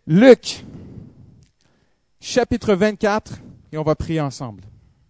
Luc, chapitre 24, et on va prier ensemble.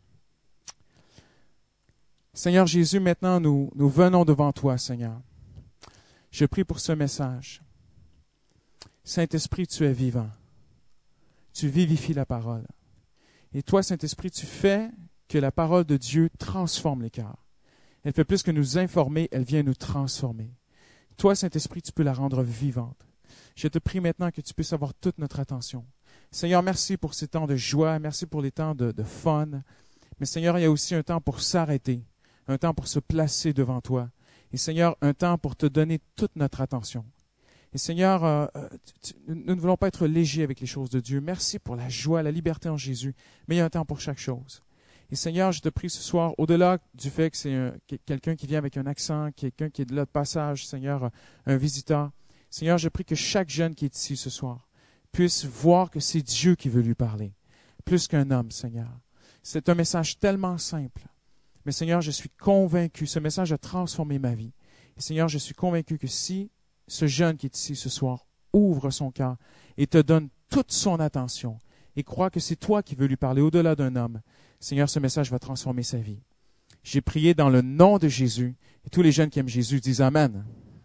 Seigneur Jésus, maintenant nous venons devant toi, Seigneur. Je prie pour ce message. Saint-Esprit, tu es vivant. Tu vivifies la parole. Et toi, Saint-Esprit, tu fais que la parole de Dieu transforme les cœurs. Elle fait plus que nous informer, elle vient nous transformer. Toi, Saint-Esprit, tu peux la rendre vivante. Je te prie maintenant que tu puisses avoir toute notre attention. Seigneur, merci pour ces temps de joie, merci pour les temps de fun. Mais Seigneur, il y a aussi un temps pour s'arrêter, un temps pour se placer devant toi. Et Seigneur, un temps pour te donner toute notre attention. Et Seigneur, nous ne voulons pas être légers avec les choses de Dieu. Merci pour la joie, la liberté en Jésus. Mais il y a un temps pour chaque chose. Et Seigneur, je te prie ce soir, au-delà du fait que c'est quelqu'un qui vient avec un accent, quelqu'un qui est de là de passage, Seigneur, un visiteur, Seigneur, je prie que chaque jeune qui est ici ce soir puisse voir que c'est Dieu qui veut lui parler, plus qu'un homme, Seigneur. C'est un message tellement simple. Mais Seigneur, je suis convaincu, ce message a transformé ma vie. Et Seigneur, je suis convaincu que si ce jeune qui est ici ce soir ouvre son cœur et te donne toute son attention et croit que c'est toi qui veux lui parler au-delà d'un homme, Seigneur, ce message va transformer sa vie. J'ai prié dans le nom de Jésus et tous les jeunes qui aiment Jésus disent Amen.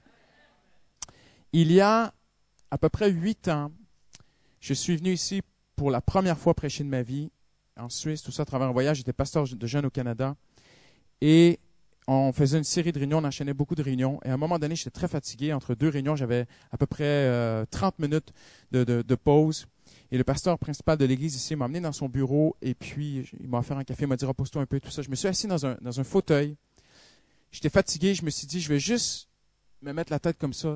Il y a à peu près 8 ans, je suis venu ici pour la première fois prêcher de ma vie en Suisse, tout ça à travers un voyage. J'étais pasteur de jeunes au Canada et on faisait une série de réunions, on enchaînait beaucoup de réunions. Et à un moment donné, j'étais très fatigué. Entre 2 réunions, j'avais à peu près 30 minutes de pause. Et le pasteur principal de l'église ici m'a amené dans son bureau et puis il m'a offert un café, il m'a dit repose-toi un peu, tout ça. Je me suis assis dans un fauteuil. J'étais fatigué, je me suis dit je vais juste me mettre la tête comme ça,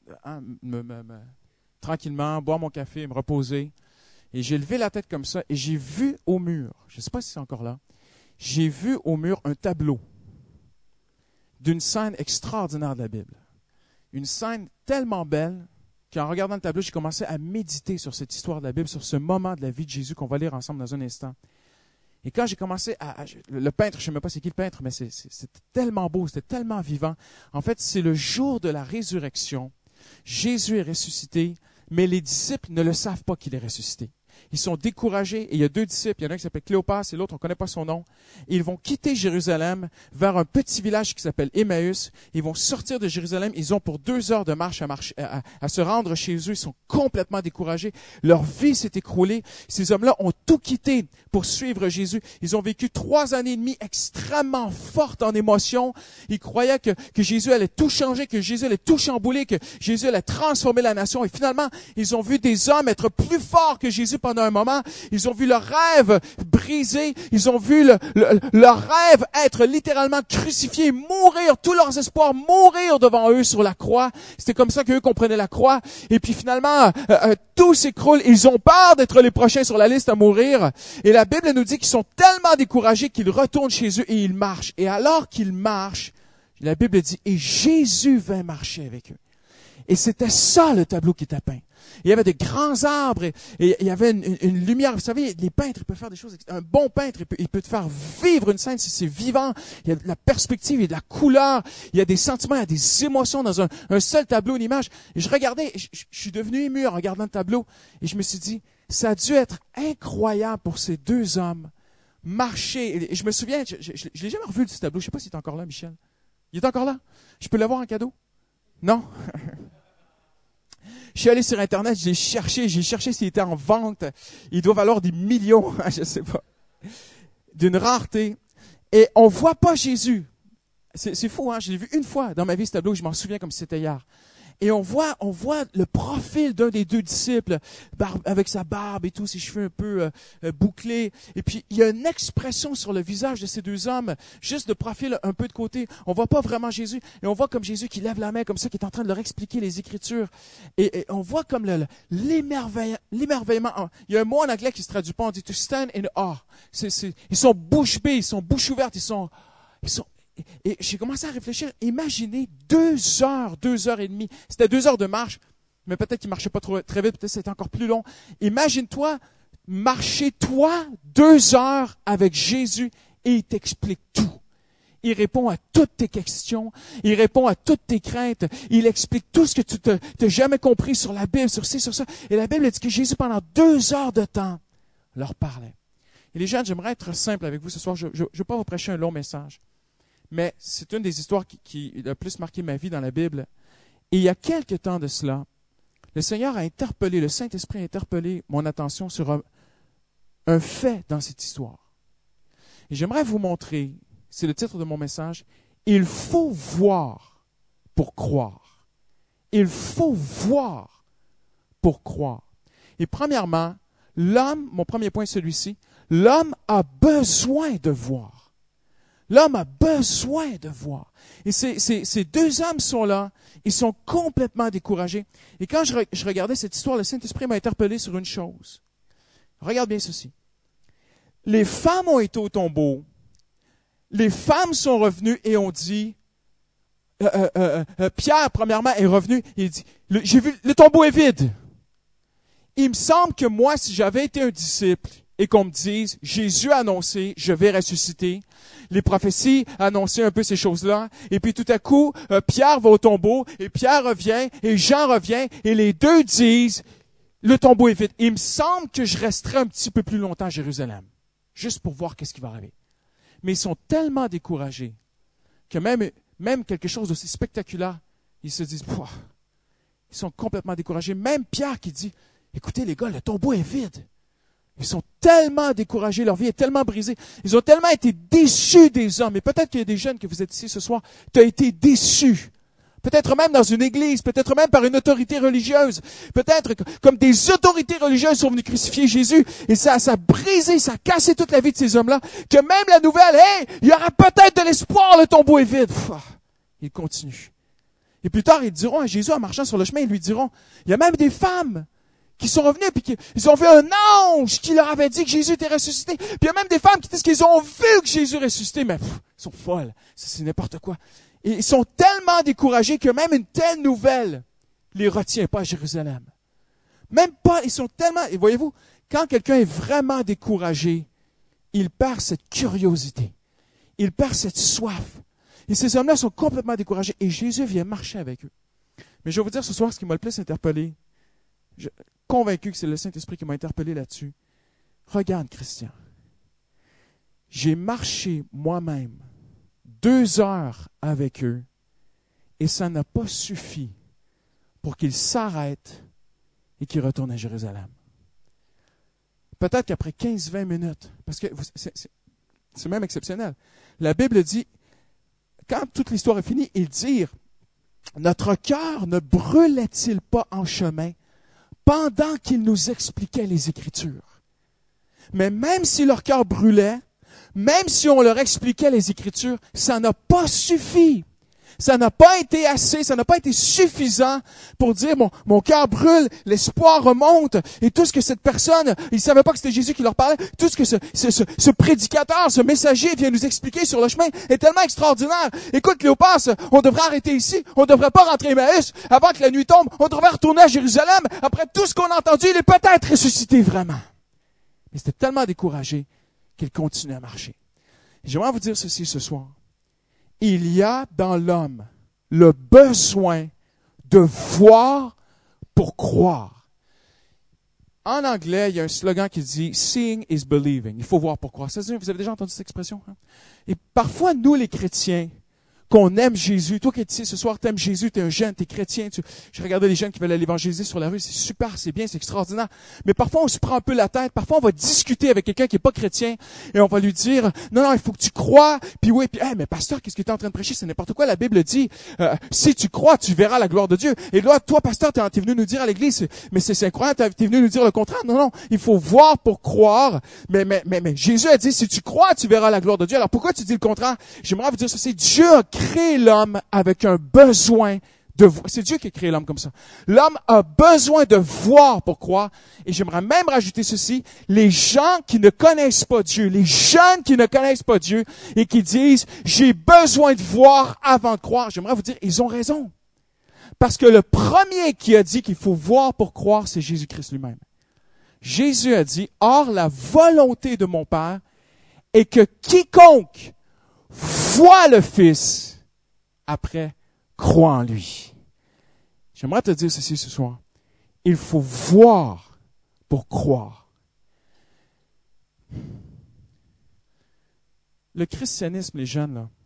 tranquillement, boire mon café, me reposer. Et j'ai levé la tête comme ça et j'ai vu au mur, je ne sais pas si c'est encore là, j'ai vu au mur un tableau d'une scène extraordinaire de la Bible. Une scène tellement belle qu'en regardant le tableau, j'ai commencé à méditer sur cette histoire de la Bible, sur ce moment de la vie de Jésus qu'on va lire ensemble dans un instant. Et quand j'ai commencé le peintre, je ne sais même pas c'est qui le peintre, mais c'était tellement beau, c'était tellement vivant. En fait, c'est le jour de la résurrection. Jésus est ressuscité, mais les disciples ne le savent pas qu'il est ressuscité. Ils sont découragés et il y a 2 disciples, il y en a un qui s'appelle Cléopas et l'autre, on ne connaît pas son nom. Et ils vont quitter Jérusalem vers un petit village qui s'appelle Emmaüs. Ils vont sortir de Jérusalem, ils ont pour 2 heures de marche à se rendre chez eux. Ils sont complètement découragés. Leur vie s'est écroulée. Ces hommes-là ont tout quitté pour suivre Jésus. Ils ont vécu 3 années et demie extrêmement fortes en émotions. Ils croyaient que Jésus allait tout changer, que Jésus allait tout chambouler, que Jésus allait transformer la nation. Et finalement, ils ont vu des hommes être plus forts que Jésus pendant un moment. Ils ont vu leur rêve brisé. Ils ont vu leur rêve être littéralement crucifié, mourir, tous leurs espoirs mourir devant eux sur la croix. C'était comme ça qu'eux comprenaient la croix. Et puis finalement, tout s'écroule. Ils ont peur d'être les prochains sur la liste à mourir. Et la Bible nous dit qu'ils sont tellement découragés qu'ils retournent chez eux et ils marchent. Et alors qu'ils marchent, la Bible dit, et Jésus vint marcher avec eux. Et c'était ça le tableau qui était peint. Il y avait de grands arbres et il y avait une lumière. Vous savez, les peintres, ils peuvent faire des choses. Un bon peintre, il peut te faire vivre une scène si c'est vivant. Il y a de la perspective, il y a de la couleur, il y a des sentiments, il y a des émotions dans un seul tableau, une image. Et je regardais, je suis devenu ému en regardant le tableau et je me suis dit, ça a dû être incroyable pour ces 2 hommes marcher. Et je me souviens, je l'ai jamais revu ce tableau. Je sais pas s'il est encore là, Michel. Il est encore là? Je peux l'avoir en cadeau? Non? Je suis allé sur Internet, j'ai cherché s'il était en vente. Il doit valoir des millions, je sais pas. D'une rareté. Et on voit pas Jésus. C'est fou, hein? Je l'ai vu une fois dans ma vie, ce tableau, je m'en souviens comme si c'était hier. Et on voit le profil d'un des 2 disciples, avec sa barbe et tout, ses cheveux un peu bouclés. Et puis, il y a une expression sur le visage de ces 2 hommes, juste de profil un peu de côté. On voit pas vraiment Jésus. Et on voit comme Jésus qui lève la main, comme ça, qui est en train de leur expliquer les Écritures. Et on voit comme l'émerveillement. Il y a un mot en anglais qui se traduit pas, on dit to stand in awe. Ils sont bouche bée, ils sont bouche ouverte, ils sont Et j'ai commencé à réfléchir. Imaginez 2 heures, 2 heures et demie. C'était 2 heures de marche, mais peut-être qu'il marchait pas très vite, peut-être c'était encore plus long. Imagine-toi marcher, 2 heures avec Jésus et il t'explique tout. il répond à toutes tes questions, il répond à toutes tes craintes, il explique tout ce que tu t'as jamais compris sur la Bible, sur ci, sur ça. Et la Bible dit que Jésus, pendant 2 heures de temps, leur parlait. Et les jeunes, j'aimerais être simple avec vous ce soir. Je ne veux pas vous prêcher un long message, mais c'est une des histoires qui a le plus marqué ma vie dans la Bible. Et il y a quelque temps de cela, le Seigneur a interpellé, le Saint-Esprit a interpellé mon attention sur un fait dans cette histoire. Et j'aimerais vous montrer, c'est le titre de mon message, « Il faut voir pour croire ». Il faut voir pour croire. Et premièrement, l'homme, mon premier point est celui-ci, l'homme a besoin de voir. L'homme a besoin de voir. Et ces 2 hommes sont là, ils sont complètement découragés. Et quand je regardais cette histoire, le Saint-Esprit m'a interpellé sur une chose. Regarde bien ceci. Les femmes ont été au tombeau. Les femmes sont revenues et ont dit, Pierre, premièrement, est revenu. Il dit, j'ai vu, le tombeau est vide. Il me semble que moi, si j'avais été un disciple et qu'on me dise, Jésus a annoncé, je vais ressusciter. Les prophéties annonçaient un peu ces choses-là. Et puis tout à coup, Pierre va au tombeau et Pierre revient et Jean revient et les deux disent, le tombeau est vide. Il me semble que je resterai un petit peu plus longtemps à Jérusalem, juste pour voir qu'est-ce qui va arriver. Mais ils sont tellement découragés que même quelque chose d'aussi spectaculaire, ils se disent, pouah, ils sont complètement découragés. Même Pierre qui dit, écoutez les gars, le tombeau est vide. Ils sont tellement découragés, leur vie est tellement brisée. Ils ont tellement été déçus des hommes. Et peut-être qu'il y a des jeunes que vous êtes ici ce soir, tu as été déçu. Peut-être même dans une église, peut-être même par une autorité religieuse. Peut-être comme des autorités religieuses sont venues crucifier Jésus. Et ça a brisé, ça a cassé toute la vie de ces hommes-là. Que même la nouvelle, hey, il y aura peut-être de l'espoir, le tombeau est vide. Ils continuent. Et plus tard, ils diront à Jésus, en marchant sur le chemin, ils lui diront, il y a même des femmes qui sont revenus, puis ils ont vu un ange qui leur avait dit que Jésus était ressuscité. Puis il y a même des femmes qui disent qu'ils ont vu que Jésus est ressuscité, mais ils sont folles, c'est n'importe quoi. Et ils sont tellement découragés que même une telle nouvelle les retient pas à Jérusalem. Même pas, ils sont tellement... Et voyez-vous, quand quelqu'un est vraiment découragé, il perd cette curiosité, il perd cette soif. Et ces hommes-là sont complètement découragés, et Jésus vient marcher avec eux. Mais je vais vous dire ce soir ce qui m'a le plus interpellé. Convaincu que c'est le Saint-Esprit qui m'a interpellé là-dessus. Regarde, Christian. J'ai marché moi-même 2 heures avec eux et ça n'a pas suffi pour qu'ils s'arrêtent et qu'ils retournent à Jérusalem. Peut-être qu'après 15-20 minutes, parce que c'est même exceptionnel, la Bible dit, quand toute l'histoire est finie, ils dirent, notre cœur ne brûlait-il pas en chemin pendant qu'ils nous expliquaient les Écritures? Mais même si leur cœur brûlait, même si on leur expliquait les Écritures, ça n'a pas suffi. Ça n'a pas été assez, ça n'a pas été suffisant pour dire mon cœur brûle, l'espoir remonte, et tout ce que cette personne, ils ne savaient pas que c'était Jésus qui leur parlait, tout ce que ce prédicateur, ce messager vient nous expliquer sur le chemin est tellement extraordinaire. Écoute, Cléopas, on devrait arrêter ici, on ne devrait pas rentrer à Emmaüs avant que la nuit tombe, on devrait retourner à Jérusalem, après tout ce qu'on a entendu, il est peut-être ressuscité vraiment. Mais c'était tellement découragé qu'il continue à marcher. Et j'aimerais vous dire ceci ce soir. Il y a dans l'homme le besoin de voir pour croire. En anglais, il y a un slogan qui dit « Seeing is believing ». Il faut voir pour croire. Vous avez déjà entendu cette expression? Hein? Et parfois, nous les chrétiens, qu'on aime Jésus, toi qui es ici ce sour, t'aimes Jésus, t'es un jeune, t'es chrétien, je regardais les jeunes qui veulent aller évangéliser sur la rue, c'est super, c'est bien, c'est extraordinaire. Mais parfois, on se prend un peu la tête, parfois, on va discuter avec quelqu'un qui est pas chrétien, et on va lui dire, non, il faut que tu crois, puis oui, puis, mais pasteur, qu'est-ce que tu es en train de prêcher? C'est n'importe quoi, la Bible dit, si tu crois, tu verras la gloire de Dieu. Et là, toi, pasteur, t'es venu nous dire à l'église, mais c'est incroyable, t'es venu nous dire le contraire. Non, il faut voir pour croire, mais Jésus a dit, si tu crois, tu verras la gloire de Dieu. Alors pourquoi tu dis le contraire? J'aimerais vous dire ceci, Dieu a créé l'homme avec un besoin de voir. C'est Dieu qui a créé l'homme comme ça. L'homme a besoin de voir pour croire. Et j'aimerais même rajouter ceci, les gens qui ne connaissent pas Dieu, les jeunes qui ne connaissent pas Dieu et qui disent, j'ai besoin de voir avant de croire. J'aimerais vous dire, ils ont raison. Parce que le premier qui a dit qu'il faut voir pour croire, c'est Jésus-Christ lui-même. Jésus a dit, or la volonté de mon Père est que quiconque vois le Fils, après, crois en lui. J'aimerais te dire ceci ce soir. Il faut voir pour croire. Le christianisme, les jeunes, là,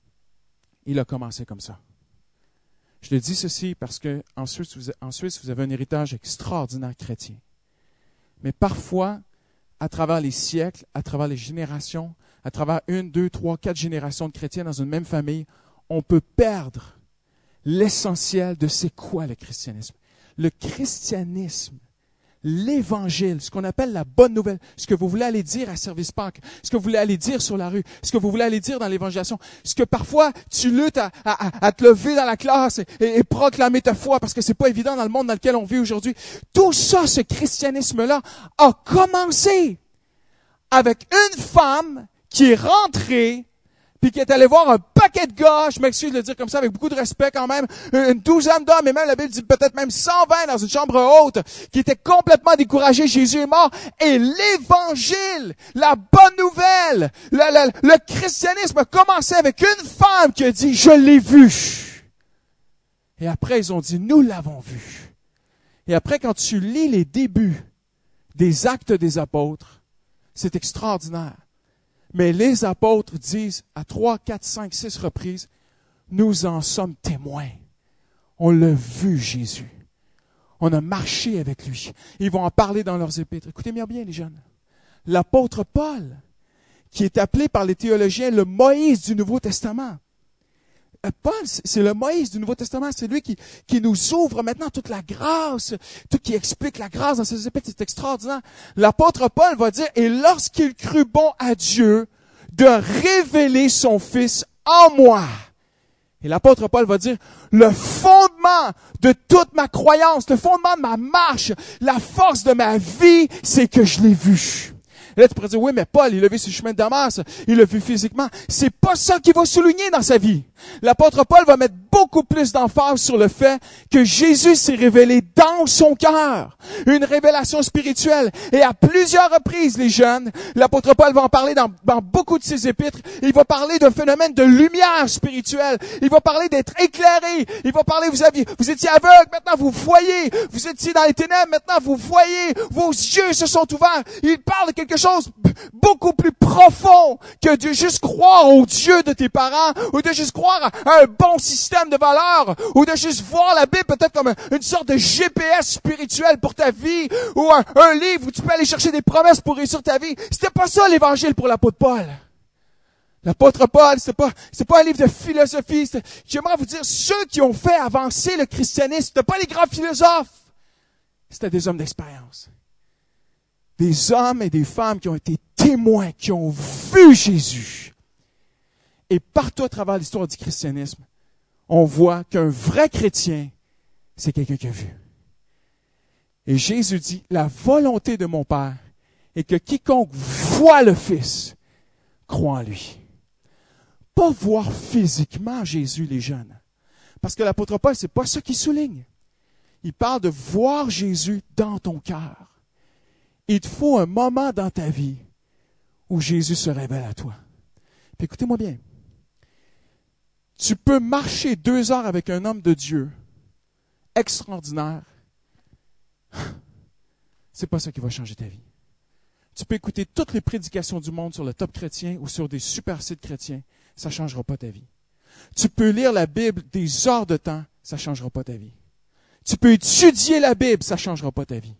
il a commencé comme ça. Je le dis ceci parce que en Suisse, vous avez un héritage extraordinaire chrétien. Mais parfois, à travers les siècles, à travers les générations, à travers 1, 2, 3, 4 générations de chrétiens dans une même famille, on peut perdre l'essentiel de c'est quoi le christianisme. Le christianisme, l'Évangile, ce qu'on appelle la bonne nouvelle, ce que vous voulez aller dire à Service Pâques, ce que vous voulez aller dire sur la rue, ce que vous voulez aller dire dans l'évangélisation, ce que parfois tu luttes à te lever dans la classe et proclamer ta foi parce que c'est pas évident dans le monde dans lequel on vit aujourd'hui. Tout ça, ce christianisme-là, a commencé avec une femme qui est rentrée puis qui est allé voir un paquet de gars, je m'excuse de le dire comme ça, avec beaucoup de respect quand même, une douzaine d'hommes, et même la Bible dit peut-être même 120 dans une chambre haute, qui étaient complètement découragés, Jésus est mort, et l'Évangile, la bonne nouvelle, le christianisme a commencé avec une femme qui a dit, je l'ai vu. Et après, ils ont dit, nous l'avons vu. Et après, quand tu lis les débuts des Actes des Apôtres, c'est extraordinaire. Mais les apôtres disent à 3, 4, 5, 6 reprises, nous en sommes témoins. On l'a vu, Jésus. On a marché avec lui. Ils vont en parler dans leurs épîtres. Écoutez-moi bien, les jeunes. L'apôtre Paul, qui est appelé par les théologiens le Moïse du Nouveau Testament. Paul, c'est le Moïse du Nouveau Testament. C'est lui qui nous ouvre maintenant toute la grâce, tout qui explique la grâce dans ses épîtres. C'est extraordinaire. L'apôtre Paul va dire, et lorsqu'il crut bon à Dieu de révéler son Fils en moi. Et l'apôtre Paul va dire, le fondement de toute ma croyance, le fondement de ma marche, la force de ma vie, c'est que je l'ai vu. Et là, tu pourrais dire, oui, mais Paul, il a vu ce chemin de Damas, il l'a vu physiquement. C'est pas ça qu'il va souligner dans sa vie. L'apôtre Paul va mettre beaucoup plus d'emphase sur le fait que Jésus s'est révélé dans son cœur. Une révélation spirituelle. Et à plusieurs reprises, les jeunes, l'apôtre Paul va en parler dans beaucoup de ses épîtres. Il va parler d'un phénomène de lumière spirituelle. Il va parler d'être éclairé. Il va parler, vous étiez aveugle, maintenant vous voyez. Vous étiez dans les ténèbres, maintenant vous voyez. Vos yeux se sont ouverts. Il parle de quelque chose beaucoup plus profond que de juste croire au Dieu de tes parents ou de juste croire à un bon système de valeurs ou de juste voir la Bible peut-être comme une sorte de GPS spirituel pour ta vie ou un livre où tu peux aller chercher des promesses pour réussir ta vie. C'était pas ça l'évangile pour l'apôtre Paul. L'apôtre Paul, c'est pas un livre de philosophie. J'aimerais vous dire, ceux qui ont fait avancer le christianisme, c'était pas les grands philosophes. C'était des hommes d'expérience. Des hommes et des femmes qui ont été témoins, qui ont vu Jésus. Et partout à travers l'histoire du christianisme, on voit qu'un vrai chrétien, c'est quelqu'un qui a vu. Et Jésus dit, la volonté de mon Père est que quiconque voit le Fils, croit en lui. Pas voir physiquement Jésus, les jeunes. Parce que l'apôtre Paul, c'est pas ça qu'il souligne. Il parle de voir Jésus dans ton cœur. Il te faut un moment dans ta vie où Jésus se révèle à toi. Puis écoutez-moi bien. Tu peux marcher 2 heures avec un homme de Dieu extraordinaire. C'est pas ça qui va changer ta vie. Tu peux écouter toutes les prédications du monde sur le top chrétien ou sur des super sites chrétiens. Ça ne changera pas ta vie. Tu peux lire la Bible des heures de temps. Ça ne changera pas ta vie. Tu peux étudier la Bible. Ça ne changera pas ta vie.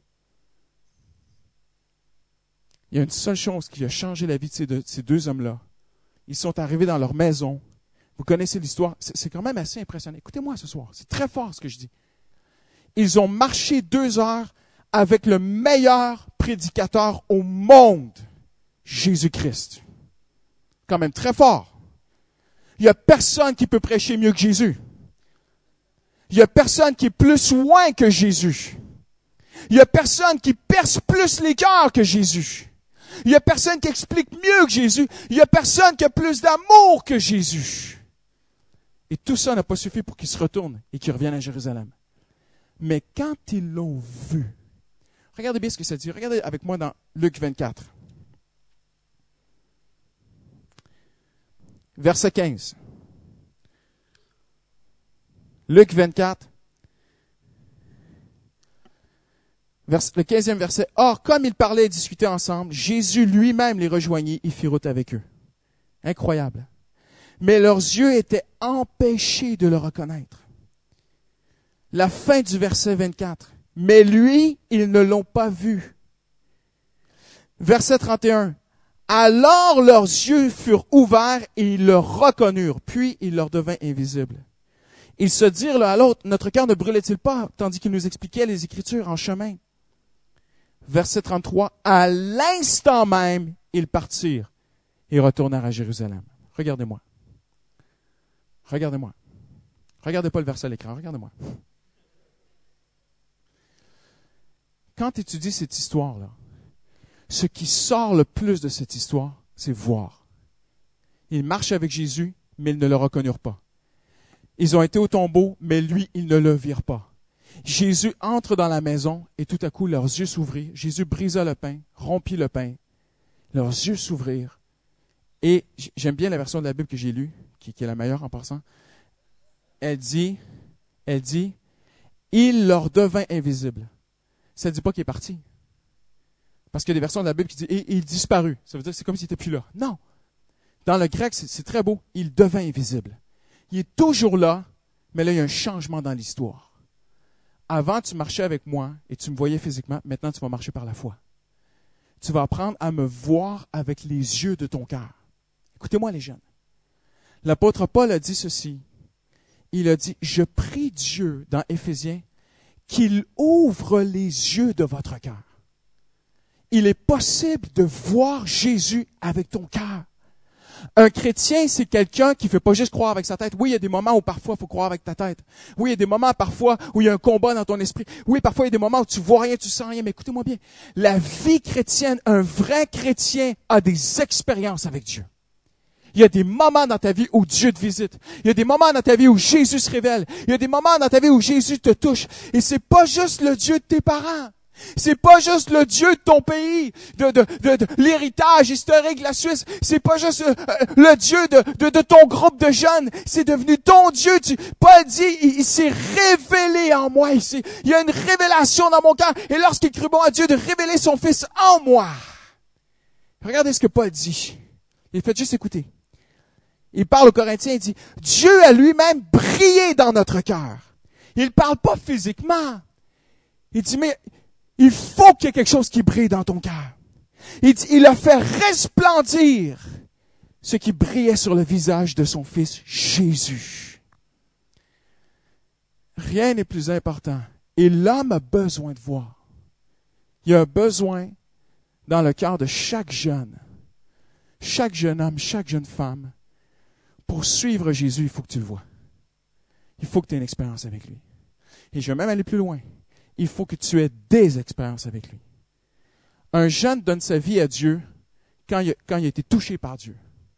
Il y a une seule chose qui a changé la vie de ces 2 hommes-là. Ils sont arrivés dans leur maison. Vous connaissez l'histoire. C'est quand même assez impressionnant. Écoutez-moi ce soir. C'est très fort ce que je dis. Ils ont marché 2 heures avec le meilleur prédicateur au monde, Jésus-Christ. Quand même très fort. Il n'y a personne qui peut prêcher mieux que Jésus. Il n'y a personne qui est plus loin que Jésus. Il n'y a personne qui perce plus les cœurs que Jésus. Il n'y a personne qui explique mieux que Jésus. Il n'y a personne qui a plus d'amour que Jésus. Et tout ça n'a pas suffi pour qu'ils se retournent et qu'ils reviennent à Jérusalem. Mais quand ils l'ont vu, regardez bien ce que ça dit. Regardez avec moi dans Luc 24. verset 15. Luc 24, le 15e verset. Or, comme ils parlaient et discutaient ensemble, Jésus lui-même les rejoignit et fit route avec eux. Incroyable. Mais leurs yeux étaient empêchés de le reconnaître. La fin du verset 24. Mais lui, ils ne l'ont pas vu. Verset 31. Alors leurs yeux furent ouverts et ils le reconnurent, puis il leur devint invisible. Ils se dirent l'un à l'autre, notre cœur ne brûlait-il pas, tandis qu'il nous expliquait les Écritures en chemin. Verset 33. À l'instant même, ils partirent et retournèrent à Jérusalem. Regardez-moi. Regardez-moi. Regardez pas le verset à l'écran, regardez-moi. Quand tu étudies cette histoire-là, ce qui sort le plus de cette histoire, c'est voir. Ils marchent avec Jésus, mais ils ne le reconnurent pas. Ils ont été au tombeau, mais lui, ils ne le virent pas. Jésus entre dans la maison et tout à coup, leurs yeux s'ouvrirent. Jésus brisa le pain, rompit le pain. Leurs yeux s'ouvrirent. Et j'aime bien la version de la Bible que j'ai lue, qui est la meilleure en passant. Elle dit, il leur devint invisible. Ça ne dit pas qu'il est parti. Parce qu'il y a des versions de la Bible qui disent, et il disparut. Ça veut dire que c'est comme s'il n'était plus là. Non. Dans le grec, c'est très beau. Il devint invisible. Il est toujours là, mais là, il y a un changement dans l'histoire. Avant, tu marchais avec moi et tu me voyais physiquement. Maintenant, tu vas marcher par la foi. Tu vas apprendre à me voir avec les yeux de ton cœur. Écoutez-moi, les jeunes. L'apôtre Paul a dit ceci. Il a dit, je prie Dieu, dans Éphésiens, qu'il ouvre les yeux de votre cœur. Il est possible de voir Jésus avec ton cœur. Un chrétien, c'est quelqu'un qui ne fait pas juste croire avec sa tête. Oui, il y a des moments où parfois il faut croire avec ta tête. Oui, il y a des moments parfois où il y a un combat dans ton esprit. Oui, parfois il y a des moments où tu vois rien, tu sens rien. Mais écoutez-moi bien, la vie chrétienne, un vrai chrétien a des expériences avec Dieu. Il y a des moments dans ta vie où Dieu te visite. Il y a des moments dans ta vie où Jésus se révèle. Il y a des moments dans ta vie où Jésus te touche. Et c'est pas juste le Dieu de tes parents. C'est pas juste le Dieu de ton pays, de l'héritage historique de la Suisse. C'est pas juste le Dieu de ton groupe de jeunes. C'est devenu ton Dieu. Paul dit, il s'est révélé en moi. Il y a une révélation dans mon cœur. Et lorsqu'il crut bon à Dieu de révéler son Fils en moi. Regardez ce que Paul dit. Il fait juste écouter. Il parle aux Corinthiens, il dit, Dieu a lui-même brillé dans notre cœur. Il parle pas physiquement. Il dit, mais il faut qu'il y ait quelque chose qui brille dans ton cœur. Il dit, il a fait resplendir ce qui brillait sur le visage de son Fils Jésus. Rien n'est plus important. Et l'homme a besoin de voir. Il y a un besoin dans le cœur de chaque jeune homme, chaque jeune femme. Pour suivre Jésus, il faut que tu le vois. Il faut que tu aies une expérience avec lui. Et je vais même aller plus loin. Il faut que tu aies des expériences avec lui. Un jeune donne sa vie à Dieu quand il a été touché par Dieu.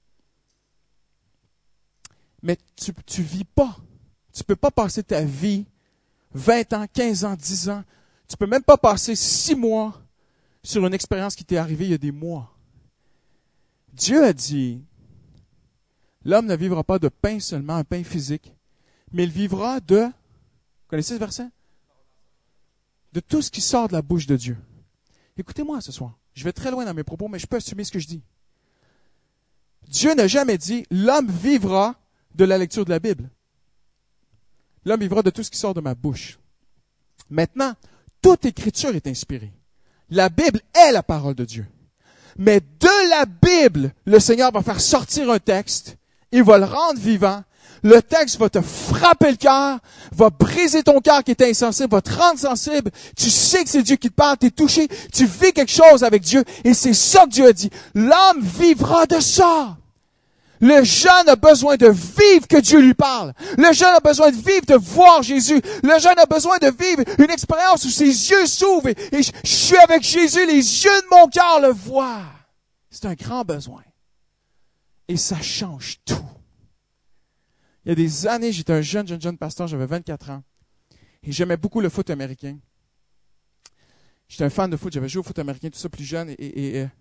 Mais tu vis pas. Tu peux pas passer ta vie 20 ans, 15 ans, 10 ans. Tu peux même pas passer 6 mois sur une expérience qui t'est arrivée il y a des mois. Dieu a dit, l'homme ne vivra pas de pain seulement, un pain physique, mais il vivra de, vous connaissez ce verset? De tout ce qui sort de la bouche de Dieu. Écoutez-moi ce soir. Je vais très loin dans mes propos, mais je peux assumer ce que je dis. Dieu n'a jamais dit, l'homme vivra de la lecture de la Bible. L'homme vivra de tout ce qui sort de ma bouche. Maintenant, toute écriture est inspirée. La Bible est la parole de Dieu. Mais de la Bible, le Seigneur va faire sortir un texte, il va le rendre vivant, le texte va te frapper le cœur, va briser ton cœur qui était insensible, va te rendre sensible, tu sais que c'est Dieu qui te parle, tu es touché, tu vis quelque chose avec Dieu, et c'est ça que Dieu a dit. L'homme vivra de ça. Le jeune a besoin de vivre que Dieu lui parle. Le jeune a besoin de vivre, de voir Jésus. Le jeune a besoin de vivre une expérience où ses yeux s'ouvrent et je suis avec Jésus, les yeux de mon cœur le voient. C'est un grand besoin. Et ça change tout. Il y a des années, j'étais un jeune pasteur, j'avais 24 ans. Et j'aimais beaucoup le foot américain. J'étais un fan de foot, j'avais joué au foot américain, tout ça plus jeune. Et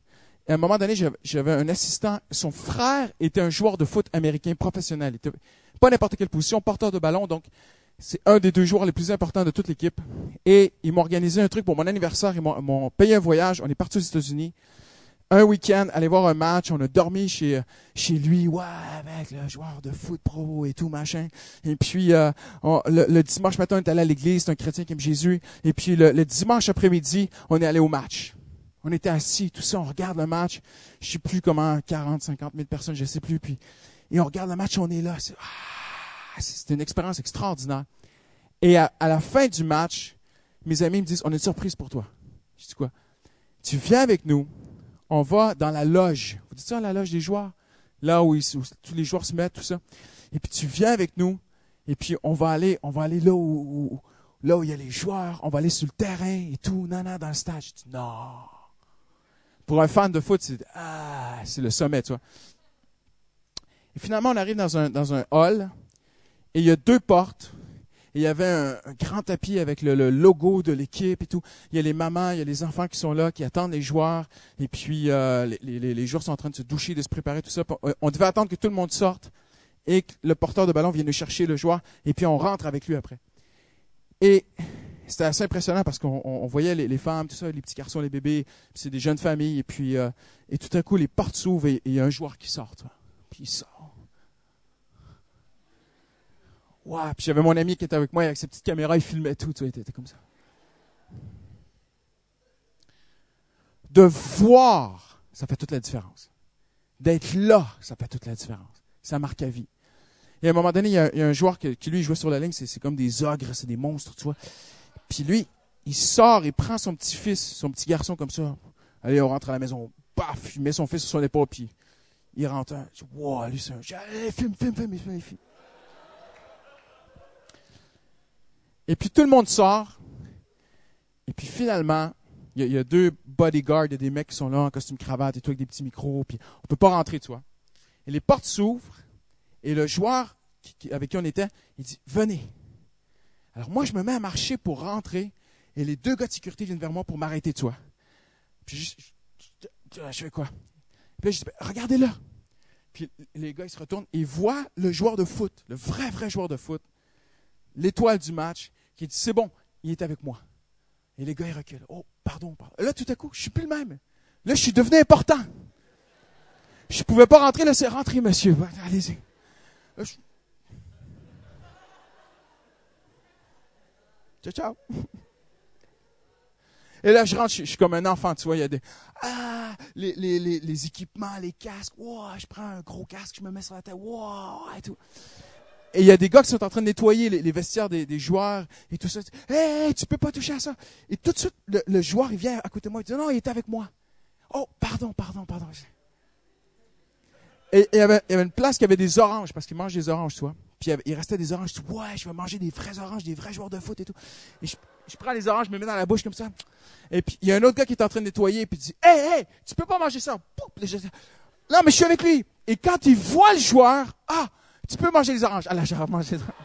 Et à un moment donné, j'avais un assistant. Son frère était un joueur de foot américain professionnel. Il était pas n'importe quelle position, porteur de ballon. Donc, c'est un des 2 joueurs les plus importants de toute l'équipe. Et ils m'ont organisé un truc pour mon anniversaire. Ils m'ont payé un voyage. On est parti aux États-Unis. Un week-end, aller voir un match. On a dormi chez lui. Ouais, avec le joueur de foot pro et tout, machin. Et puis, le dimanche matin, on est allé à l'église. C'est un chrétien qui aime Jésus. Et puis, le dimanche après-midi, on est allé au match. On était assis, tout ça, on regarde le match. Je sais plus comment, 40, 50 000 personnes, je sais plus. Puis, et on regarde le match, on est là. C'est une expérience extraordinaire. Et à la fin du match, mes amis me disent, on a une surprise pour toi. Je dis quoi? Tu viens avec nous, on va dans la loge. Vous dites ça, la loge des joueurs? Là où tous les joueurs se mettent, tout ça. Et puis tu viens avec nous, et puis on va aller là où il y a les joueurs, on va aller sur le terrain et tout, dans le stade. Je dis, non. Pour un fan de foot, c'est le sommet, tu vois. Et finalement, on arrive dans un hall, et il y a 2 portes, et il y avait un grand tapis avec le logo de l'équipe et tout. Il y a les mamans, il y a les enfants qui sont là, qui attendent les joueurs, et puis les joueurs sont en train de se doucher, de se préparer, tout ça. On devait attendre que tout le monde sorte, et que le porteur de ballon vienne chercher le joueur, et puis on rentre avec lui après. Et c'était assez impressionnant parce qu'on voyait les femmes, tout ça, les petits garçons, les bébés, puis c'est des jeunes familles, et puis et tout à coup, les portes s'ouvrent et il y a un joueur qui sort. Puis il sort. Wow. Puis j'avais mon ami qui était avec moi avec ses petites caméras, il filmait tout, il était comme ça. De voir, ça fait toute la différence. D'être là, ça fait toute la différence. Ça marque la vie. Et à un moment donné, il y a un joueur qui lui, jouait sur la ligne, c'est comme des ogres, c'est des monstres, tu vois. Puis lui, il sort, il prend son petit-fils, son petit garçon comme ça. Allez, on rentre à la maison. Paf, il met son fils sur son épaule, puis il rentre. Wow, lui, c'est un... Allez, filme. Et puis tout le monde sort. Et puis finalement, il y a 2 bodyguards, il y a des mecs qui sont là en costume cravate et tout, avec des petits micros, puis on peut pas rentrer, tu vois. Et les portes s'ouvrent, et le joueur avec qui on était, il dit, venez. Alors moi, je me mets à marcher pour rentrer, et les 2 gars de sécurité viennent vers moi pour m'arrêter, tu vois. Puis je fais quoi? Puis là, je dis, regardez-le. Puis les gars, ils se retournent, et ils voient le joueur de foot, le vrai joueur de foot, l'étoile du match, qui dit, c'est bon, il est avec moi. Et les gars, ils reculent. Oh, pardon. Là, tout à coup, je suis plus le même. Là, je suis devenu important. Je pouvais pas rentrer, là, c'est rentré, monsieur. Allez-y. Là, ciao. Et là, je rentre, je suis comme un enfant, tu vois, il y a les équipements, les casques. Wow, je prends un gros casque, je me mets sur la tête. Wow, et tout. Et il y a des gars qui sont en train de nettoyer les vestiaires des joueurs et tout ça. Hey, tu peux pas toucher à ça. Et tout de suite, le joueur, il vient à côté de moi, il dit, non, il est avec moi. Oh, pardon. Et il y avait une place qui avait des oranges, parce qu'il mange des oranges, tu vois. Puis il restait des oranges. Je dis, ouais, je vais manger des vraies oranges, des vrais joueurs de foot et tout. Et je prends les oranges, je me mets dans la bouche comme ça. Et puis, il y a un autre gars qui est en train de nettoyer, puis il dit, hey, tu peux pas manger ça. Non, mais je suis avec lui. Et quand il voit le joueur, tu peux manger les oranges. Ah là, j'ai mangé les oranges.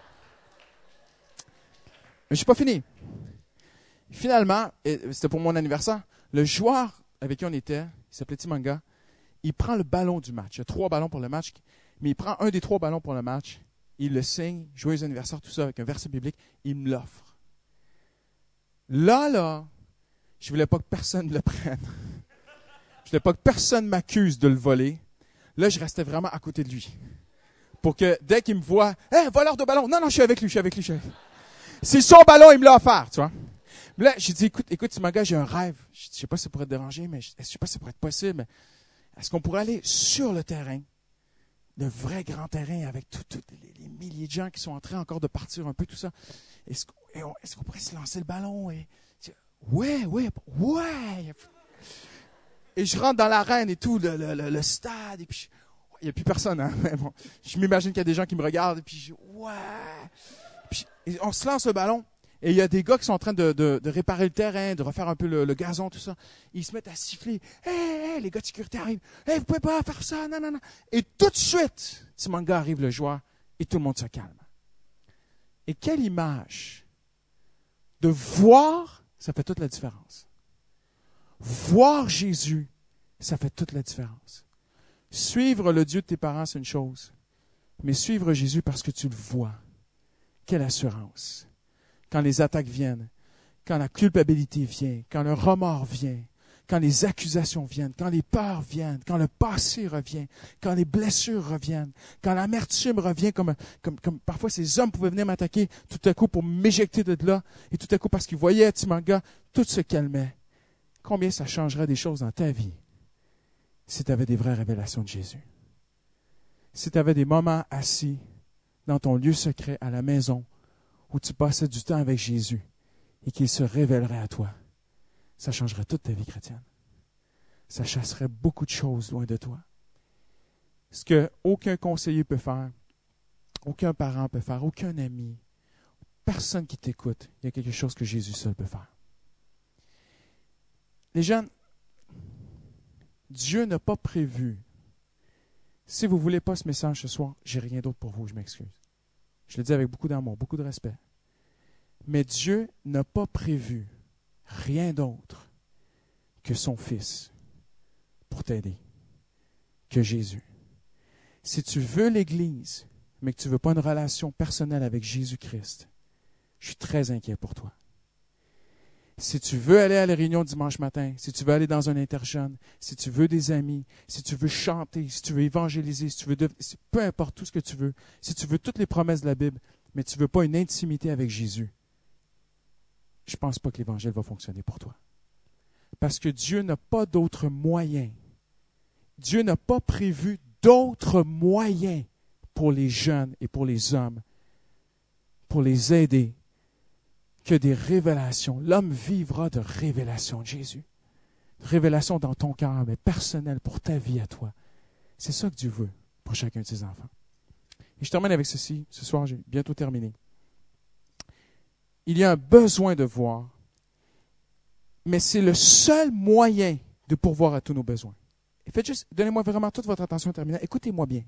Mais je suis pas fini. Finalement, c'était pour mon anniversaire, le joueur avec qui on était, il s'appelait Timanga, il prend le ballon du match. Il y a 3 ballons pour le match, mais il prend un des 3 ballons pour le match, il le signe, joyeux anniversaire, tout ça, avec un verset biblique, il me l'offre. Là, je voulais pas que personne le prenne. Je voulais pas que personne m'accuse de le voler. Là, je restais vraiment à côté de lui. Pour que, dès qu'il me voit, « Hey, voleur de ballon! » Non, je suis avec lui. C'est son ballon, il me l'a offert, tu vois. Là, j'ai dit, écoute, Timanga, j'ai un rêve. Je sais pas si ça pourrait te déranger, mais je sais pas si ça pourrait être possible, mais est-ce qu'on pourrait aller sur le terrain, le vrai grand terrain, avec tous les milliers de gens qui sont en train encore de partir un peu, tout ça. Est-ce qu'on pourrait se lancer le ballon? Ouais. Et je rentre dans l'arène et tout, le stade, et puis il n'y a plus personne, hein. Mais bon, je m'imagine qu'il y a des gens qui me regardent, et puis puis on se lance le ballon, et il y a des gars qui sont en train de réparer le terrain, de refaire un peu le gazon, tout ça. Ils se mettent à siffler. Hey, les gars de sécurité arrivent. Hey, vous pouvez pas faire ça, non. Et tout de suite, Timanga arrive, le joueur, et tout le monde se calme. Et quelle image de voir, ça fait toute la différence. Voir Jésus Ça fait toute la différence. Suivre le Dieu de tes parents, c'est une chose. Mais suivre Jésus parce que tu le vois. Quelle assurance. Quand les attaques viennent, quand la culpabilité vient, quand le remords vient, quand les accusations viennent, quand les peurs viennent, quand le passé revient, quand les blessures reviennent, quand l'amertume revient, comme parfois ces hommes pouvaient venir m'attaquer tout à coup pour m'éjecter de là, et tout à coup parce qu'ils voyaient Timanga, tout se calmait. Combien ça changerait des choses dans ta vie si tu avais des vraies révélations de Jésus? Si tu avais des moments assis dans ton lieu secret à la maison où tu passais du temps avec Jésus et qu'il se révélerait à toi, ça changerait toute ta vie chrétienne. Ça chasserait beaucoup de choses loin de toi. Ce qu'aucun conseiller peut faire, aucun parent peut faire, aucun ami, personne qui t'écoute, il y a quelque chose que Jésus seul peut faire. Les jeunes, Dieu n'a pas prévu. Si vous ne voulez pas ce message ce soir, j'ai rien d'autre pour vous, je m'excuse. Je le dis avec beaucoup d'amour, beaucoup de respect. Mais Dieu n'a pas prévu rien d'autre que son Fils pour t'aider, que Jésus. Si tu veux l'Église, mais que tu ne veux pas une relation personnelle avec Jésus-Christ, je suis très inquiet pour toi. Si tu veux aller à la réunion dimanche matin, si tu veux aller dans un interjeune, si tu veux des amis, si tu veux chanter, si tu veux évangéliser, si tu veux peu importe tout ce que tu veux, si tu veux toutes les promesses de la Bible, mais tu ne veux pas une intimité avec Jésus, je ne pense pas que l'Évangile va fonctionner pour toi. Parce que Dieu n'a pas d'autre moyen. Dieu n'a pas prévu d'autres moyens pour les jeunes et pour les hommes, pour les aider, que des révélations. L'homme vivra de révélations de Jésus. Révélations dans ton cœur, mais personnelles pour ta vie à toi. C'est ça que Dieu veut pour chacun de ses enfants. Et je termine avec ceci. Ce soir, j'ai bientôt terminé. Il y a un besoin de voir, mais c'est le seul moyen de pourvoir à tous nos besoins. Et faites juste, donnez-moi vraiment toute votre attention terminale. Écoutez-moi bien.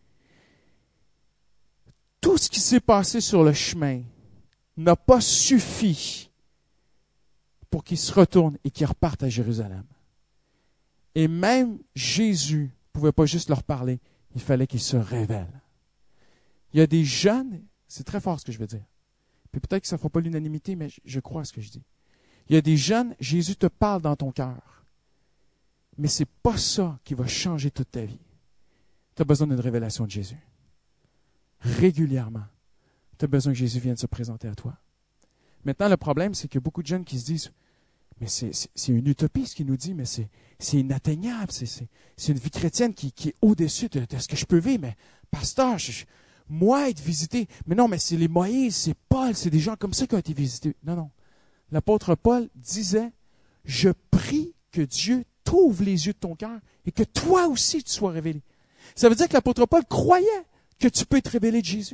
Tout ce qui s'est passé sur le chemin n'a pas suffi pour qu'ils se retournent et qu'ils repartent à Jérusalem. Et même Jésus ne pouvait pas juste leur parler, il fallait qu'ils se révèlent. Il y a des jeunes, c'est très fort ce que je veux dire, puis peut-être que ça ne fera pas l'unanimité, mais je crois à ce que je dis. Il y a des jeunes, Jésus te parle dans ton cœur, mais ce n'est pas ça qui va changer toute ta vie. Tu as besoin d'une révélation de Jésus. Régulièrement. Tu as besoin que Jésus vienne se présenter à toi. Maintenant, le problème, c'est qu'il y a beaucoup de jeunes qui se disent, mais c'est une utopie ce qu'il nous dit, mais c'est inatteignable, c'est une vie chrétienne qui est au-dessus de ce que je peux vivre, mais pasteur, moi, être visité, mais non, mais c'est les Moïse, c'est Paul, c'est des gens comme ça qui ont été visités. Non, non. L'apôtre Paul disait, je prie que Dieu t'ouvre les yeux de ton cœur et que toi aussi tu sois révélé. Ça veut dire que l'apôtre Paul croyait que tu peux être révélé de Jésus.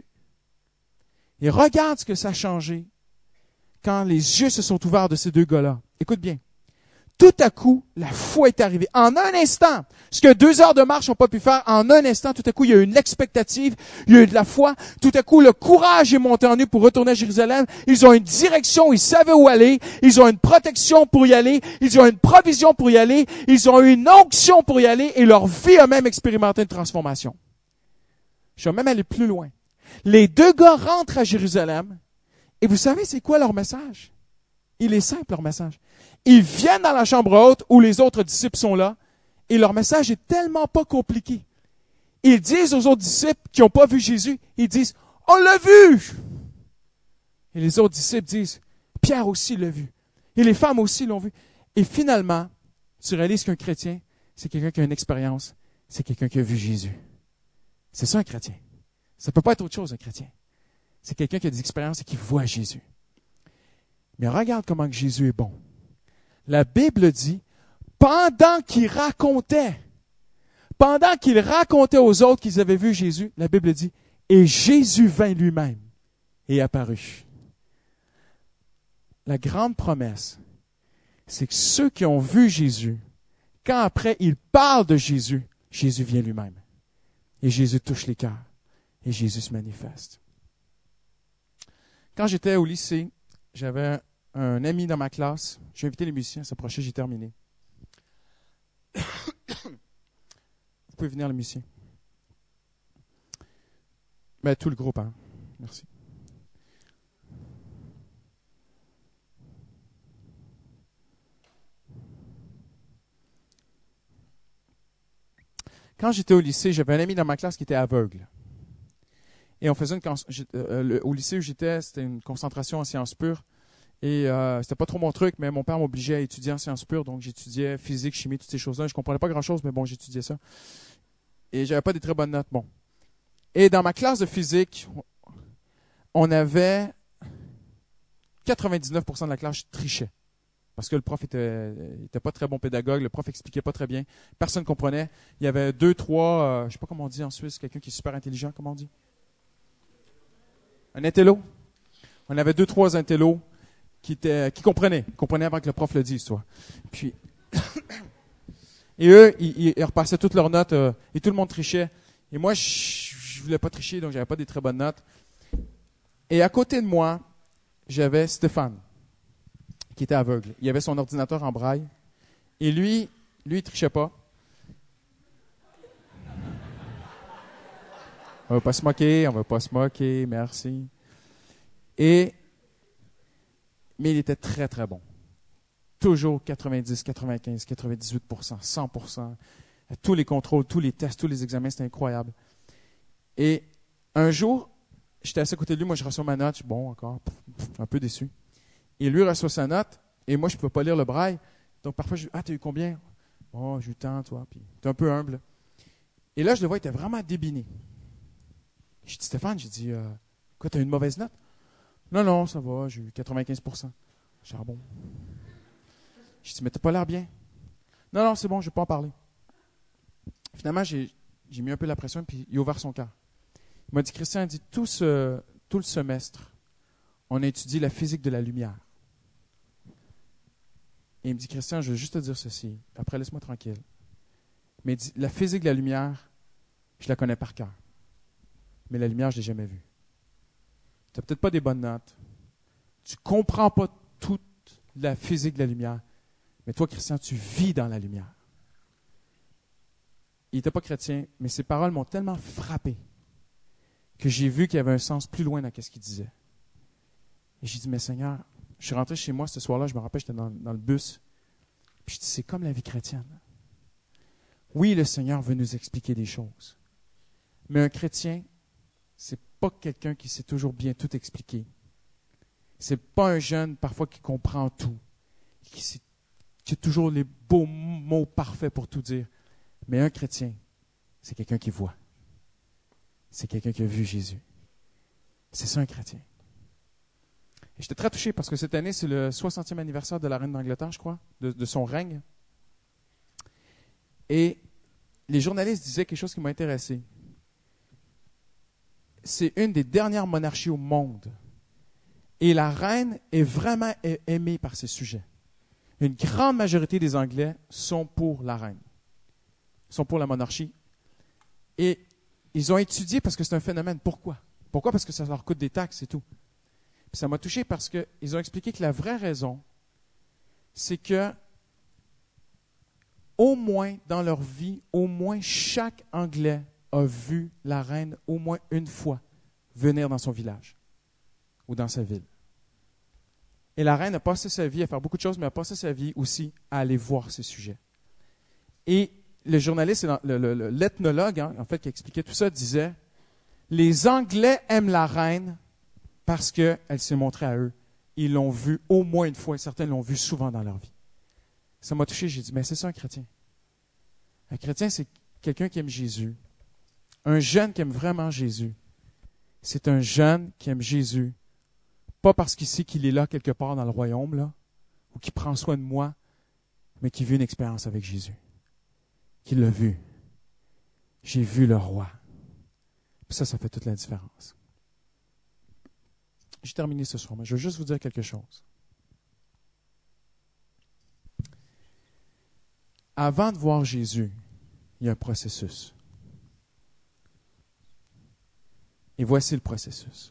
Et regarde ce que ça a changé quand les yeux se sont ouverts de ces deux gars-là. Écoute bien. Tout à coup, la foi est arrivée. En un instant, ce que 2 heures de marche n'ont pas pu faire, en un instant, tout à coup, il y a eu une expectative, il y a eu de la foi. Tout à coup, le courage est monté en eux pour retourner à Jérusalem. Ils ont une direction, ils savaient où aller. Ils ont une protection pour y aller. Ils ont une provision pour y aller. Ils ont eu une onction pour y aller. Et leur vie a même expérimenté une transformation. Je vais même aller plus loin. Les 2 gars rentrent à Jérusalem. Et vous savez, c'est quoi leur message? Il est simple, leur message. Ils viennent dans la chambre haute où les autres disciples sont là, et leur message est tellement pas compliqué. Ils disent aux autres disciples qui n'ont pas vu Jésus, ils disent, on l'a vu! Et les autres disciples disent, Pierre aussi l'a vu. Et les femmes aussi l'ont vu. Et finalement, tu réalises qu'un chrétien, c'est quelqu'un qui a une expérience, c'est quelqu'un qui a vu Jésus. C'est ça un chrétien. Ça ne peut pas être autre chose, un chrétien. C'est quelqu'un qui a des expériences et qui voit Jésus. Mais regarde comment que Jésus est bon. La Bible dit, pendant qu'il racontait aux autres qu'ils avaient vu Jésus, la Bible dit, et Jésus vint lui-même et apparut. La grande promesse, c'est que ceux qui ont vu Jésus, quand après ils parlent de Jésus, Jésus vient lui-même. Et Jésus touche les cœurs. Et Jésus se manifeste. Quand j'étais au lycée, j'avais un ami dans ma classe. J'ai invité les musiciens à s'approcher, j'ai terminé. pouvez venir, les musiciens? Ben, tout le groupe, hein. Merci. Quand j'étais au lycée, j'avais un ami dans ma classe qui était aveugle. Et on faisait au lycée où j'étais, c'était une concentration en sciences pures. Et c'était pas trop mon truc, mais mon père m'obligeait à étudier en sciences pures, donc j'étudiais physique, chimie, toutes ces choses-là. Je comprenais pas grand-chose, mais bon, j'étudiais ça. Et j'avais pas des très bonnes notes. Bon. Et dans ma classe de physique, on avait 99% de la classe trichait. Parce que le prof était pas très bon pédagogue, le prof expliquait pas très bien, personne ne comprenait. Il y avait 2, 3, je sais pas comment on dit en Suisse, quelqu'un qui est super intelligent, comment on dit? Un intello. On avait 2, 3 intellos qui comprenaient avant que le prof le dise, toi. Puis, et eux, ils repassaient toutes leurs notes, et tout le monde trichait. Et moi, je voulais pas tricher, donc j'avais pas des très bonnes notes. Et à côté de moi, j'avais Stéphane, qui était aveugle. Il avait son ordinateur en braille. Et lui, il trichait pas. On va pas se moquer, merci. Mais il était très, très bon. Toujours 90, 95, 98%, 100%. Tous les contrôles, tous les tests, tous les examens, c'était incroyable. Et un jour, j'étais assis à côté de lui, moi je reçois ma note, je suis bon encore, un peu déçu. Et lui reçoit sa note, et moi je ne peux pas lire le braille. Donc parfois, je dis, ah, t'as eu combien? Oh, j'ai eu tant, toi. Puis t'es un peu humble. Et là, je le vois, il était vraiment débiné. J'ai dit, Stéphane, j'ai dit, quoi, t'as eu une mauvaise note? Non, ça va, j'ai eu 95%. J'ai dit, ah bon. J'ai dit, mais t'as pas l'air bien. Non, c'est bon, je ne vais pas en parler. Finalement, j'ai mis un peu la pression, puis il a ouvert son cœur. Il m'a dit, Christian, il dit, tout le semestre, on a étudié la physique de la lumière. Et il me dit, Christian, je veux juste te dire ceci. Après, laisse-moi tranquille. Mais il dit, la physique de la lumière, je la connais par cœur. Mais la lumière, je ne l'ai jamais vue. Tu n'as peut-être pas des bonnes notes. Tu ne comprends pas toute la physique de la lumière. Mais toi, Christian, tu vis dans la lumière. Il n'était pas chrétien, mais ses paroles m'ont tellement frappé que j'ai vu qu'il y avait un sens plus loin dans ce qu'il disait. Et j'ai dit, mais Seigneur, je suis rentré chez moi ce soir-là, je me rappelle, j'étais dans le bus. Puis je dis, c'est comme la vie chrétienne. Oui, le Seigneur veut nous expliquer des choses. Mais un chrétien, c'est pas quelqu'un qui sait toujours bien tout expliquer. C'est pas un jeune, parfois, qui comprend tout, qui a toujours les beaux mots parfaits pour tout dire. Mais un chrétien, c'est quelqu'un qui voit. C'est quelqu'un qui a vu Jésus. C'est ça un chrétien. Et j'étais très touché parce que cette année, c'est le 60e anniversaire de la reine d'Angleterre, je crois, de son règne. Et les journalistes disaient quelque chose qui m'a intéressé. C'est une des dernières monarchies au monde. Et la reine est vraiment aimée par ses sujets. Une grande majorité des Anglais sont pour la reine, sont pour la monarchie. Et ils ont étudié parce que c'est un phénomène. Pourquoi? Pourquoi? Parce que ça leur coûte des taxes et tout. Puis ça m'a touché parce qu'ils ont expliqué que la vraie raison, c'est que au moins dans leur vie, au moins chaque Anglais a vu la reine au moins une fois venir dans son village ou dans sa ville. Et la reine a passé sa vie à faire beaucoup de choses, mais a passé sa vie aussi à aller voir ces sujets. Et le journaliste, l'ethnologue, en fait, qui expliquait tout ça, disait « Les Anglais aiment la reine parce qu'elle s'est montrée à eux. Ils l'ont vue au moins une fois, et certains l'ont vue souvent dans leur vie. » Ça m'a touché, j'ai dit « Mais c'est ça un chrétien. Un chrétien, c'est quelqu'un qui aime Jésus. Un jeune qui aime vraiment Jésus. C'est un jeune qui aime Jésus. Pas parce qu'il sait qu'il est là quelque part dans le royaume, là, ou qu'il prend soin de moi, mais qui vit une expérience avec Jésus. Qui l'a vu. J'ai vu le roi. Puis ça fait toute la différence. J'ai terminé ce soir, mais je veux juste vous dire quelque chose. Avant de voir Jésus, il y a un processus. Et voici le processus.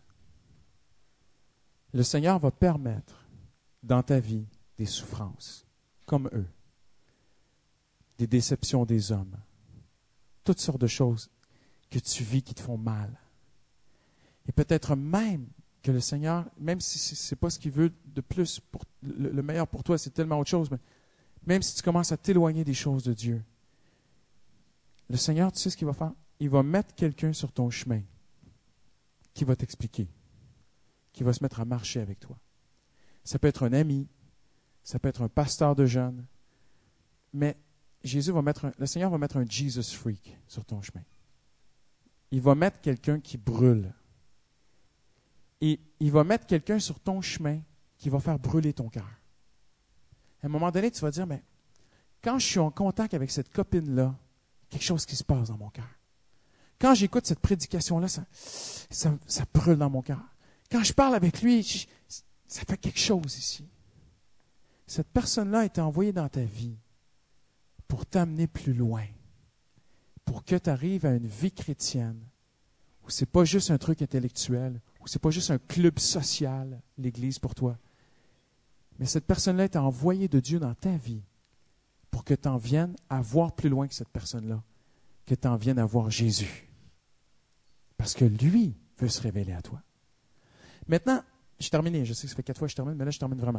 Le Seigneur va permettre dans ta vie des souffrances, comme eux, des déceptions des hommes, toutes sortes de choses que tu vis qui te font mal. Et peut-être même que le Seigneur, même si ce n'est pas ce qu'il veut de plus, pour le meilleur pour toi, c'est tellement autre chose, mais même si tu commences à t'éloigner des choses de Dieu, le Seigneur, tu sais ce qu'il va faire? Il va mettre quelqu'un sur ton chemin qui va t'expliquer, qui va se mettre à marcher avec toi. Ça peut être un ami, ça peut être un pasteur de jeunes, mais le Seigneur va mettre un Jesus freak sur ton chemin. Il va mettre quelqu'un qui brûle. Et il va mettre quelqu'un sur ton chemin qui va faire brûler ton cœur. À un moment donné, tu vas dire, mais quand je suis en contact avec cette copine-là, quelque chose qui se passe dans mon cœur. Quand j'écoute cette prédication-là, ça brûle dans mon cœur. Quand je parle avec lui, ça fait quelque chose ici. Cette personne-là a été envoyée dans ta vie pour t'amener plus loin, pour que tu arrives à une vie chrétienne où ce n'est pas juste un truc intellectuel, où ce n'est pas juste un club social, l'Église pour toi. Mais cette personne-là est envoyée de Dieu dans ta vie pour que tu en viennes à voir plus loin que cette personne-là, que tu en viennes à voir Jésus. Parce que lui veut se révéler à toi. Maintenant, j'ai terminé. Je sais que ça fait 4 fois que je termine, mais là, je termine vraiment.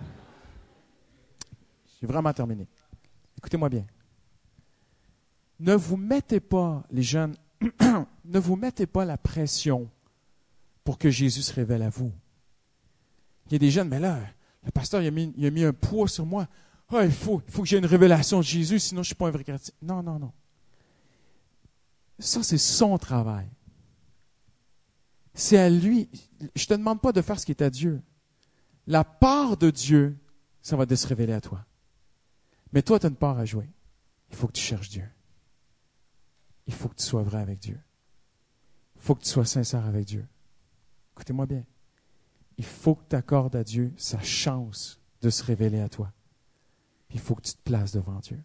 J'ai vraiment terminé. Écoutez-moi bien. Ne vous mettez pas, les jeunes, ne vous mettez pas la pression pour que Jésus se révèle à vous. Il y a des jeunes, mais là, le pasteur il a mis un poids sur moi. Ah, il faut que j'ai une révélation de Jésus, sinon je ne suis pas un vrai chrétien. Non, non, non. Ça, c'est son travail. C'est à lui. Je ne te demande pas de faire ce qui est à Dieu. La part de Dieu, ça va se révéler à toi. Mais toi, tu as une part à jouer. Il faut que tu cherches Dieu. Il faut que tu sois vrai avec Dieu. Il faut que tu sois sincère avec Dieu. Écoutez-moi bien. Il faut que tu accordes à Dieu sa chance de se révéler à toi. Il faut que tu te places devant Dieu.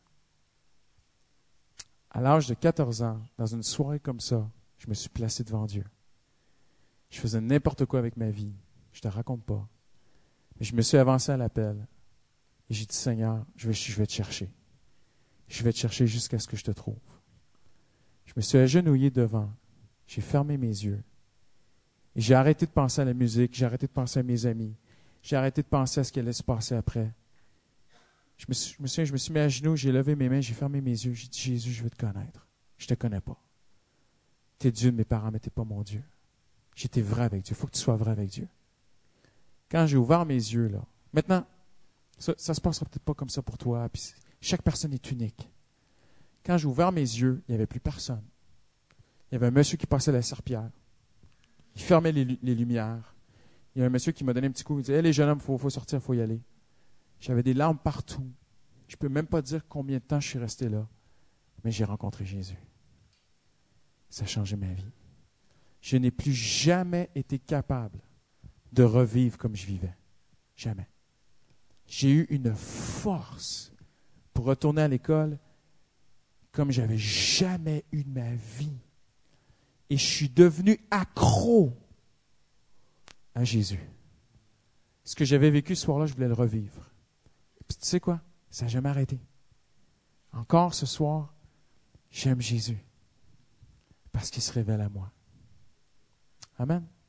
À l'âge de 14 ans, dans une soirée comme ça, je me suis placé devant Dieu. Je faisais n'importe quoi avec ma vie. Je ne te raconte pas. Mais je me suis avancé à l'appel. Et j'ai dit, Seigneur, je vais te chercher. Je vais te chercher jusqu'à ce que je te trouve. Je me suis agenouillé devant. J'ai fermé mes yeux. Et j'ai arrêté de penser à la musique. J'ai arrêté de penser à mes amis. J'ai arrêté de penser à ce qui allait se passer après. Je me suis mis à genoux, j'ai levé mes mains, j'ai fermé mes yeux. J'ai dit, Jésus, je veux te connaître. Je ne te connais pas. Tu es Dieu de mes parents, mais tu n'es pas mon Dieu. J'étais vrai avec Dieu. Il faut que tu sois vrai avec Dieu. Quand j'ai ouvert mes yeux, là, maintenant, ça ne se passera peut-être pas comme ça pour toi. Puis chaque personne est unique. Quand j'ai ouvert mes yeux, il n'y avait plus personne. Il y avait un monsieur qui passait la serpillière. Il fermait les lumières. Il y a un monsieur qui m'a donné un petit coup. Il disait, hey, les jeunes hommes, il faut sortir, il faut y aller. J'avais des larmes partout. Je ne peux même pas dire combien de temps je suis resté là. Mais j'ai rencontré Jésus. Ça a changé ma vie. Je n'ai plus jamais été capable de revivre comme je vivais. Jamais. J'ai eu une force pour retourner à l'école comme j'avais jamais eu de ma vie. Et je suis devenu accro à Jésus. Ce que j'avais vécu ce soir-là, je voulais le revivre. Puis tu sais quoi? Ça n'a jamais arrêté. Encore ce soir, j'aime Jésus parce qu'il se révèle à moi. Amen.